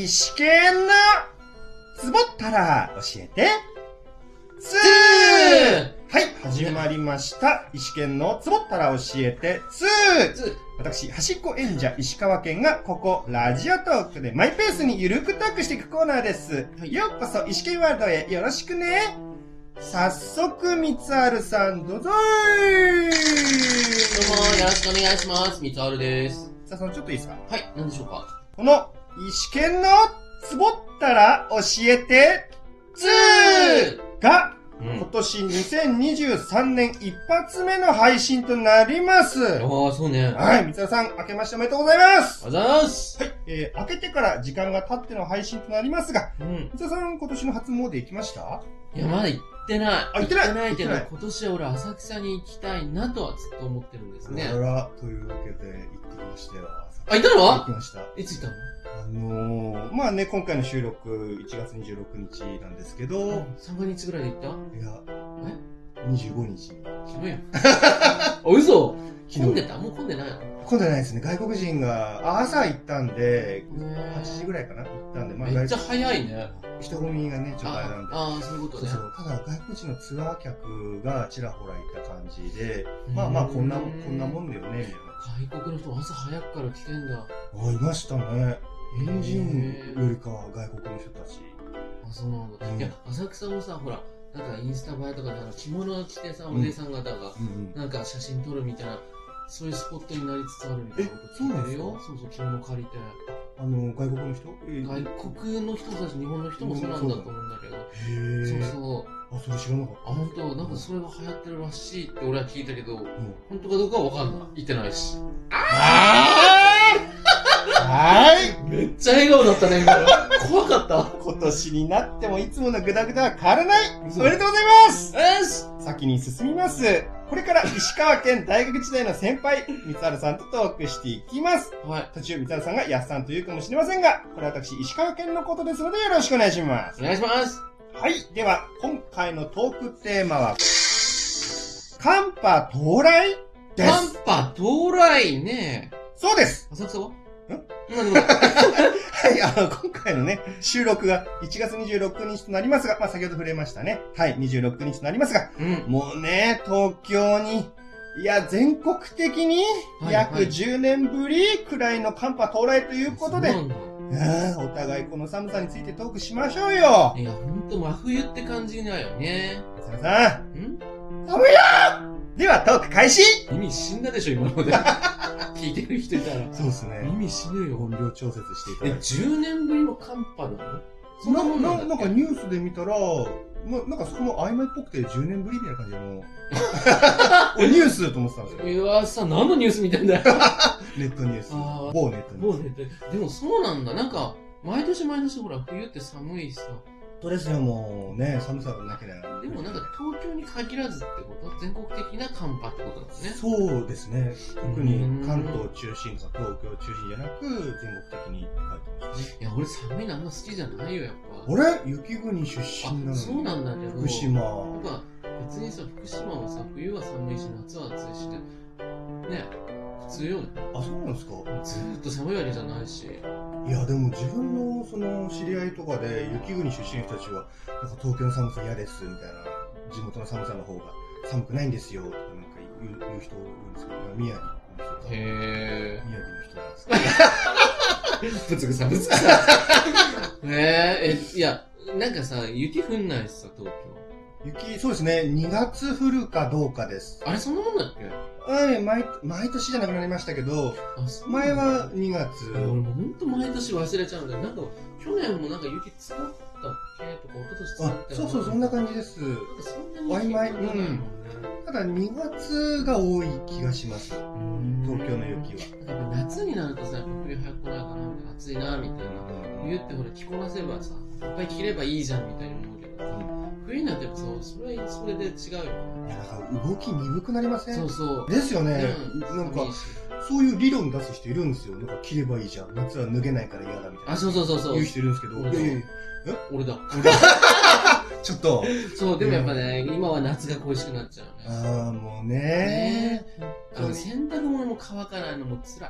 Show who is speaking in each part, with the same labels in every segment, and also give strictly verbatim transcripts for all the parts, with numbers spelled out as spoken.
Speaker 1: 石剣のツボったら教えてツーはい、始まりました。石剣のツボったら教えてツー私、端っこ演者石川県がここラジオトークでマイペースにゆるくトークしていくコーナーです。はい、ようこそ石剣ワールドへよろしくね。早速、みつあるさんどうぞー。
Speaker 2: どうも、よろしくお願いします。みつあるです。
Speaker 1: さあ、そのちょっといいですか？
Speaker 2: はい、何でしょうか？
Speaker 1: この石剣のツボったら教えてツーが、うん、今年にせんにじゅうさんねん一発目の配信となります。
Speaker 2: ああ、そうね。
Speaker 1: はい、みつあるさん、明けましておめでとうございます。
Speaker 2: ありがとうございます。
Speaker 1: はい、えー、明けてから時間が経っての配信となりますが、
Speaker 2: うん。
Speaker 1: みつあるさん、今年の初詣行きました？
Speaker 2: いや、まだ行ってない。
Speaker 1: あ、行ってない。
Speaker 2: 行ってないけど、今年は俺浅草に行きたいなとはずっと思ってるんですね。
Speaker 1: あら、というわけで行ってきましたよ。
Speaker 2: あ、行ったの？
Speaker 1: 行きました。
Speaker 2: いつ行ったの？
Speaker 1: あのー、まあね、今回の収録いちがつにじゅうろくにちなんですけど、
Speaker 2: さんがつぐらいで行った？
Speaker 1: いや、
Speaker 2: え？
Speaker 1: にじゅうごにち。
Speaker 2: 昨日やん。あ、嘘？混んでた？もう混んでないの？
Speaker 1: 混んでないですね。外国人が、朝行ったんで、はちじぐらいかな行ったんで、
Speaker 2: まあめっちゃ早いね。
Speaker 1: 人混みがね、ちょっとあれなんで。
Speaker 2: ああ、そういうことね。
Speaker 1: そうそう。ただ、外国人のツアー客がちらほらいた感じで、まあまあ、こんな、こんなもんだよね、みたい
Speaker 2: な。外国の人朝早くから来てんだ。
Speaker 1: あ、いましたね。日本人よりかは外国の人たち。
Speaker 2: あ、そうなんだ。うん、いや、浅草もさ、ほら、なんかインスタ映えとかで着物を着てさ、お姉さん方が、なんか写真撮るみたいな、そういうスポットになりつつあるみたいなこと聞いてるよ。そうそう、着物借りて。
Speaker 1: あの、外国の人？
Speaker 2: 外国の人たち、日本の人もそうなんだと思うんだけど。へ
Speaker 1: ー。
Speaker 2: そうそう。
Speaker 1: あ、それ知らなかった。
Speaker 2: あ、本当なんかそれが流行ってるらしいって俺は聞いたけど、うん、本当かどうかはわかんない。言ってないし。
Speaker 1: あーはーい。
Speaker 2: めっちゃ笑顔だったね、今。怖かった。
Speaker 1: 今年になってもいつものグダグダは変わらない。おめでとうございます
Speaker 2: よし
Speaker 1: 先に進みます。これから石川県大学時代の先輩、みつあるさんとトークしていきます。
Speaker 2: はい。
Speaker 1: 途中、みつあるさんがやっさんと言うかもしれませんが、これは私、石川県のことですのでよろしくお願いします。
Speaker 2: お願いします。
Speaker 1: はい。では、今回のトークテーマは、寒波到来です。
Speaker 2: 寒波到来ね。
Speaker 1: そうです。
Speaker 2: 浅草は？ん？
Speaker 1: 何ではい、あの、今回のね、収録がいちがつにじゅうろくにちとなりますが、まあ、先ほど触れましたね。はい、にじゅうろくにちとなりますが、うん、もうね、東京に、いや、全国的に、約じゅうねんぶりくらいの寒波到来ということで、ああ、お互いこの寒さについてトークしましょうよ。
Speaker 2: いや、ほんと真冬って感じだよね。
Speaker 1: さあさん。ん寒いよではトーク開始。
Speaker 2: 耳死んだでしょ、今ので。聞いてる人いたら。
Speaker 1: そうですね。
Speaker 2: 耳死ぬよ。
Speaker 1: 音量調節していただいて。
Speaker 2: え、じゅうねんぶりの寒波なの？
Speaker 1: そんなもんなんだっけ？なんかニュースで見たら、ま、なんかそこも曖昧っぽくてじゅうねんぶりみたいな感じでもう。ニュースだと思ってたんですよ。
Speaker 2: いやさ、何のニュース見てんだよ。
Speaker 1: ネットニュース。某ネットニュース。
Speaker 2: 某ネット。でもそうなんだ。なんか、毎年毎年ほら、冬って寒いさ。
Speaker 1: そうですよ、もうね、寒さがなければ。
Speaker 2: でもなんか東京に限らずってこと？全国的な寒波ってことだね。
Speaker 1: そうですね。特に関東中心とか東京中心じゃなく、全国的に書いてますね。
Speaker 2: いや、俺寒いのあんま好きじゃないよ、やっぱ。
Speaker 1: 俺雪国出身なのに。
Speaker 2: そうなんだけど。
Speaker 1: 福島。
Speaker 2: やっぱ、別にさ、福島はさ、冬は寒いし、夏は暑いしね。ね、普通よね。
Speaker 1: あ、そうなんですか？
Speaker 2: ずーっと寒いわけじゃないし。
Speaker 1: いや、でも自分のその知り合いとかで雪国出身の人たちは、なんか東京の寒さ嫌ですみたいな、地元の寒さの方が寒くないんですよとかなんか言う、言う人いるんですけど、宮城の人。
Speaker 2: へ
Speaker 1: ー。宮城の人なんですか？
Speaker 2: ぶつぐさぶつぐさ。へー、え、いや、なんかさ、雪降んないしさ、東京。
Speaker 1: 雪、そうですね、にがつ降るかどうかです。
Speaker 2: あれ、そんなもんだっけ？
Speaker 1: はい、毎、毎年じゃなくなりましたけど、前はにがつ。
Speaker 2: 俺もほんと毎年忘れちゃうんだよ。なんか、去年もなんか雪積もったっけとか、一昨年積もった
Speaker 1: あ、そうそう、そんな感じです。
Speaker 2: なんかそんなに
Speaker 1: 曖昧、うん。ただにがつが多い気がします。東京の雪は。
Speaker 2: やっぱ夏になるとさ、冬早く来ないかな、みたいな、暑いな、みたいな。冬ってほら、着こなせばさ、いっぱい着ればいいじゃん、みたいに思うけどさ。冬になってもさ、それはそれで違うよね。
Speaker 1: いや、だから動き鈍くなりません？
Speaker 2: そうそう。
Speaker 1: ですよね。なんか、そういう理論出す人いるんですよ。なんか着ればいいじゃん。夏は脱げないから嫌だみたいな。
Speaker 2: あ、そうそうそうそう。
Speaker 1: 言う人いるんですけど。いやいやいや。
Speaker 2: え俺だ。
Speaker 1: ちょっと。
Speaker 2: そう、でもやっぱね、今は夏が恋しくなっちゃうね。
Speaker 1: ああ、もうね
Speaker 2: ー。あの、洗濯物も乾かないのも辛い。
Speaker 1: あ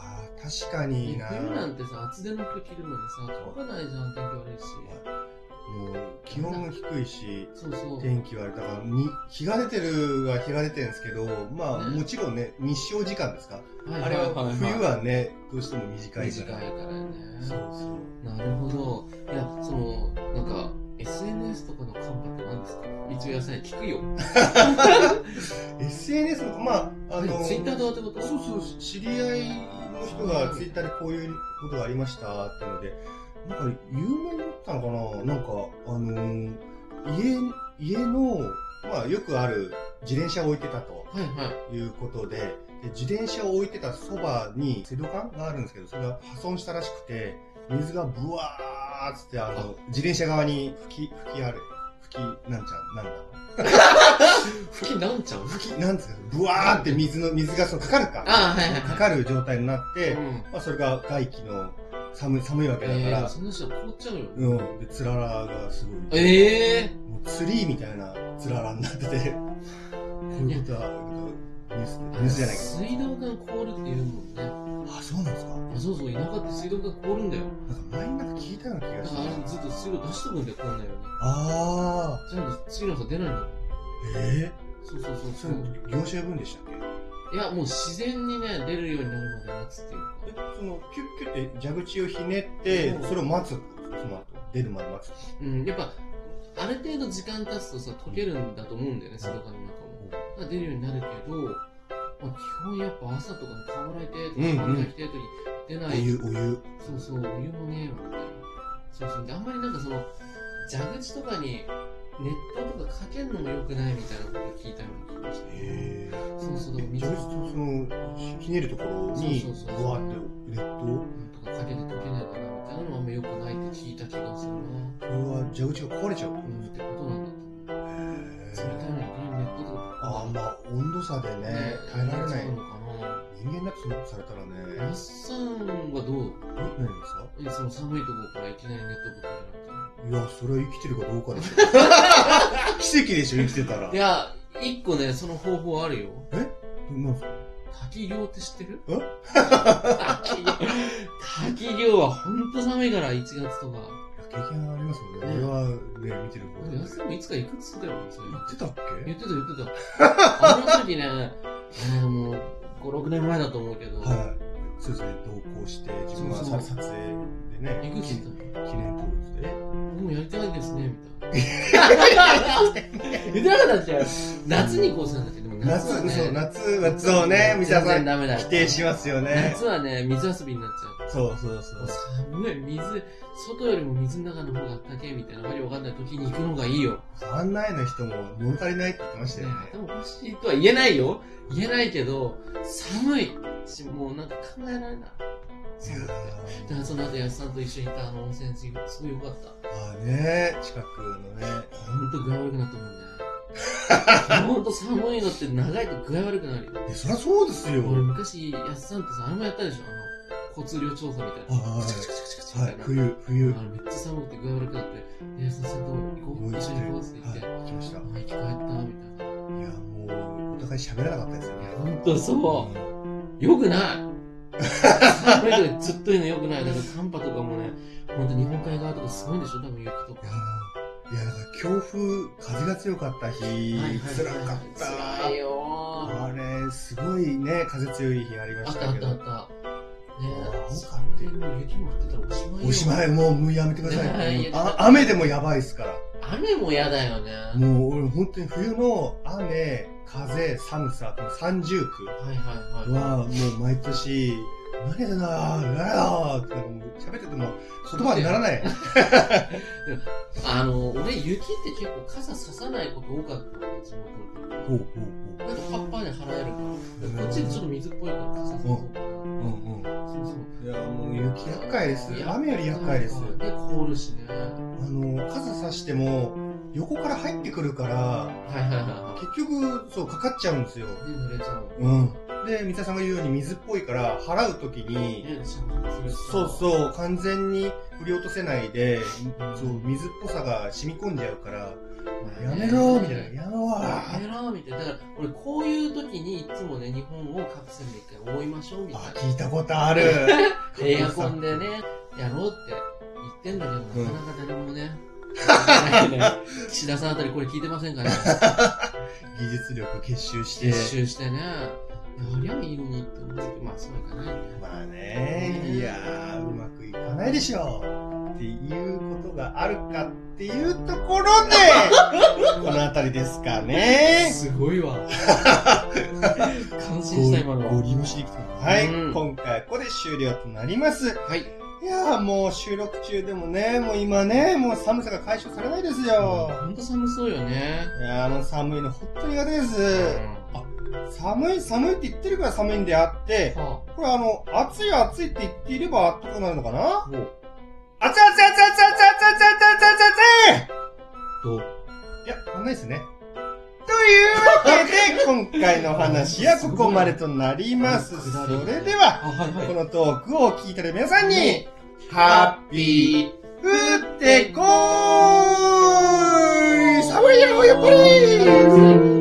Speaker 1: ああ、確かにな。
Speaker 2: 冬なんてさ、厚手の服着るのにさ、乾かないじゃん、天気悪いし。
Speaker 1: もう、気温も低いし、
Speaker 2: そうそう。
Speaker 1: 天気悪い。だから、に、日が出てるは日が出てるんですけど、まあ、
Speaker 2: ね、
Speaker 1: もちろんね、日照時間ですか。
Speaker 2: はいはい
Speaker 1: あれ
Speaker 2: はいはい、
Speaker 1: は、冬はね、どうしても短いから。
Speaker 2: 短いからね。
Speaker 1: そうそう。
Speaker 2: なるほど。いや、その、なんか、エスエヌエス とかのカンパって何ですか？一応やさん聞くよ。
Speaker 1: エスエヌエス の、まあ、あの、
Speaker 2: ツイッターとってこと？
Speaker 1: そうそう、知り合いの人がツイッターでこういうことがありましたっていうので、なんか有名だったのかな、なんか、あのー、家、家の、まあよくある自転車を置いてたと。
Speaker 2: はいはい。
Speaker 1: いうことで、で自転車を置いてたそばにセドカンがあるんですけど、それが破損したらしくて、水がブワーっつって、あの、自転車側に吹き、吹きある。吹き、なんちゃん、なんだろう。
Speaker 2: 吹きなんちゃん
Speaker 1: 吹き、なんですか、ブワーって水の、水がそのかかるか。
Speaker 2: ああ、はいはい、はい。
Speaker 1: かかる状態になって、
Speaker 2: うん、
Speaker 1: まあそれが外気の寒い、寒いわけだから。
Speaker 2: えー、そんな人凍っちゃうよ。
Speaker 1: うん。で、つららがすごい。
Speaker 2: ええー、
Speaker 1: もうツリーみたいなつららになってて、こういうことは、ニュース、ニュースじゃないか。
Speaker 2: 水道管凍るって言うもんね。
Speaker 1: あ、そうなんですか？
Speaker 2: あ、そうそう、田舎って水道管凍るんだよ。
Speaker 1: なんか前になんか聞いたような気がして。
Speaker 2: だからあれずっと水道出しとくんだよ、凍んないように。
Speaker 1: あ
Speaker 2: ちゃんと次の朝出ないんだよ。
Speaker 1: え
Speaker 2: ー、そうそうそう
Speaker 1: そう。業者呼ぶんでしたっけ？
Speaker 2: いや、もう自然にね、出るようになるまで待つっていうか。
Speaker 1: え、その、キュッキュッて蛇口をひねって、うん、それを待つ。その後、出るまで待つ。
Speaker 2: うん、やっぱ、ある程度時間経つとさ、溶けるんだと思うんだよね、水道管の中も。だから出るようになるけど、まあ、基本やっぱ朝とかに顔洗いてとか、歯磨きてとき出ない。
Speaker 1: お湯、お湯。
Speaker 2: そうそう、お湯もねえわ、みたいな。そうそう。あんまりなんかその、蛇口とかに熱湯とかかけるのも良くないみたいなこと聞いたような気がして。
Speaker 1: へ
Speaker 2: ー。そうそう、
Speaker 1: だから水。蛇口とその、ひねるところに、
Speaker 2: そうそうそう。
Speaker 1: ぶわーって熱湯
Speaker 2: とかかけて溶けないかなみたいなのもあんま良くないって聞いた気がするな。
Speaker 1: それは蛇口が壊れちゃう
Speaker 2: ってことなんだと思う。へー。それからね、熱湯とか。
Speaker 1: ああ、まあ、温度差でね、ね耐えられない。
Speaker 2: のかな。
Speaker 1: 人間だってそんなことされたらね。
Speaker 2: やっさんはどう？
Speaker 1: え、何ですか？
Speaker 2: え、その寒いところからいきなり熱湯ぶっかけられた。
Speaker 1: いや、それは生きてるかどうかでしょ。奇跡でしょ、生きてたら。
Speaker 2: いや、一個ね、その方法あるよ。
Speaker 1: え？なんすか？
Speaker 2: 滝行って知ってる？
Speaker 1: え？
Speaker 2: 滝行。滝行はほんと寒いから、いちがつとか。
Speaker 1: 経験ありますもんね。俺はね、見てる方
Speaker 2: で。安田もいつか行くっつってたよ、それ。
Speaker 1: 言ってたっけ？
Speaker 2: 言ってた言ってた。あの時ね、えー、もう、ご、ろくねんまえだと思うけど。
Speaker 1: はい。そうですね、同行して、自分は撮影でね。
Speaker 2: 行くっつってた。
Speaker 1: 記念撮るってね。
Speaker 2: 僕もやりたいですね、みたいな。言ってなかったっけ？夏にこうしたんだけど、
Speaker 1: 夏はね、そう、夏、夏をね、皆さん否定しますよね。
Speaker 2: 夏はね、水遊びになっちゃう。
Speaker 1: そうそうそう。
Speaker 2: 寒い、水、外よりも水の中の方があったけえみたいな、わけわかんない時に行くのがいいよ。
Speaker 1: 案内の人も物足りないって言ってましたよね。
Speaker 2: でも欲しいとは言えないよ。言えないけど、寒いし、もうなんか考えられない。そうだって。だからその後、やすさんと一緒に行ったあの温泉地、すごい良かった。
Speaker 1: ああね、近くのね。
Speaker 2: ほんと具合悪くなったもんね。ほんと寒いのって長いと具合悪くなるよ。
Speaker 1: え、そりゃそうですよ。
Speaker 2: 俺昔、やすさんってさ、あれもやったでしょ、あの、交通量調査みたいな。
Speaker 1: ああ、
Speaker 2: カチカチカチカチカチみたいな。
Speaker 1: 冬、冬。
Speaker 2: あれめっちゃ寒くて具合悪くなって、やすさんと行こう、一緒に行こうって言って。
Speaker 1: 行きました。
Speaker 2: 生き返った、みたいな。いや、
Speaker 1: もう、お互い喋らなかったですよね。
Speaker 2: ほんとそう。よくない寒いとかずっと言うのよくない。だから寒波とかもね、ほんと日本海側とかすごいんでしょ、多分雪とか。
Speaker 1: いや、だから強風、風が強かった日、辛かった。
Speaker 2: 辛いよ
Speaker 1: ー。あれ、すごいね、風強い日ありましたけど。
Speaker 2: あったあったあった。ね
Speaker 1: え、寒かって
Speaker 2: もう雪も降ってたらおしまいよ。
Speaker 1: おしまい、もう、もうやめてください。あ、雨でもやばいっすから。
Speaker 2: 雨も嫌だよね。
Speaker 1: もう、俺本当に冬の雨、風、寒さ、この三重苦は、もう毎年、何やだなぁ、やだーって、喋ってても言葉にならない。
Speaker 2: あの、俺雪って結構傘ささないこと多かったの、地元の時。
Speaker 1: ほうほうほう。
Speaker 2: なんかパッパーで払えるから。こっちでちょっと水っぽいから傘さそうかな。うんうん。そうそう。
Speaker 1: いや、もう雪厄介です。雨より厄介です。
Speaker 2: で、凍るしね。
Speaker 1: あの、傘さしても、横から入ってくるから、
Speaker 2: はいはいはい。
Speaker 1: 結局、そう、かかっちゃうんですよ。
Speaker 2: で、濡れちゃう。
Speaker 1: うん。で、三田さんが言うように水っぽいから、払うときに、そうそう、完全に振り落とせないで、そう、水っぽさが染み込んじゃうから、 やめろーみたいな。やめろ
Speaker 2: やめろーみたいな。だから、俺こういう時にいつもね、日本をカプセルで一回覆いましょうみたいな。
Speaker 1: あ、聞いたことある。
Speaker 2: エアコンでね、やろうって言ってんだけど、なかなか誰もね、岸田さんあたりこれ聞いてませんかね。
Speaker 1: 技術力結集して。
Speaker 2: 結集してね、やりゃいいのにって思うけど、まあそういかないよね。
Speaker 1: まあね、いやー、うまくいかないでしょう。っていうことがあるかっていうところで、このあたりですかね。
Speaker 2: すごいわ。感心した今の。
Speaker 1: ゴリ押しできた。はい、
Speaker 2: うん、
Speaker 1: 今回はここで終了となります。
Speaker 2: はい。
Speaker 1: いやーもう収録中でもね、もう今ね、もう寒さが解消されないですよ。
Speaker 2: ほんと寒そうよね。
Speaker 1: いやーもう寒いの本当に苦手です。
Speaker 2: うん、
Speaker 1: あ、寒い寒いって言ってるから寒いんであって、はあ、これあの、暑い暑いって言っていれば暖かくなるのかな？ほう。熱々熱々熱々熱々熱々熱々どう？いや、わかんないですね。というわけで、今回の話はここまでとなります。それでは、このトークを聞いてる皆さんに、ハッピー、降ってこーい！寒いよ、やっぱり！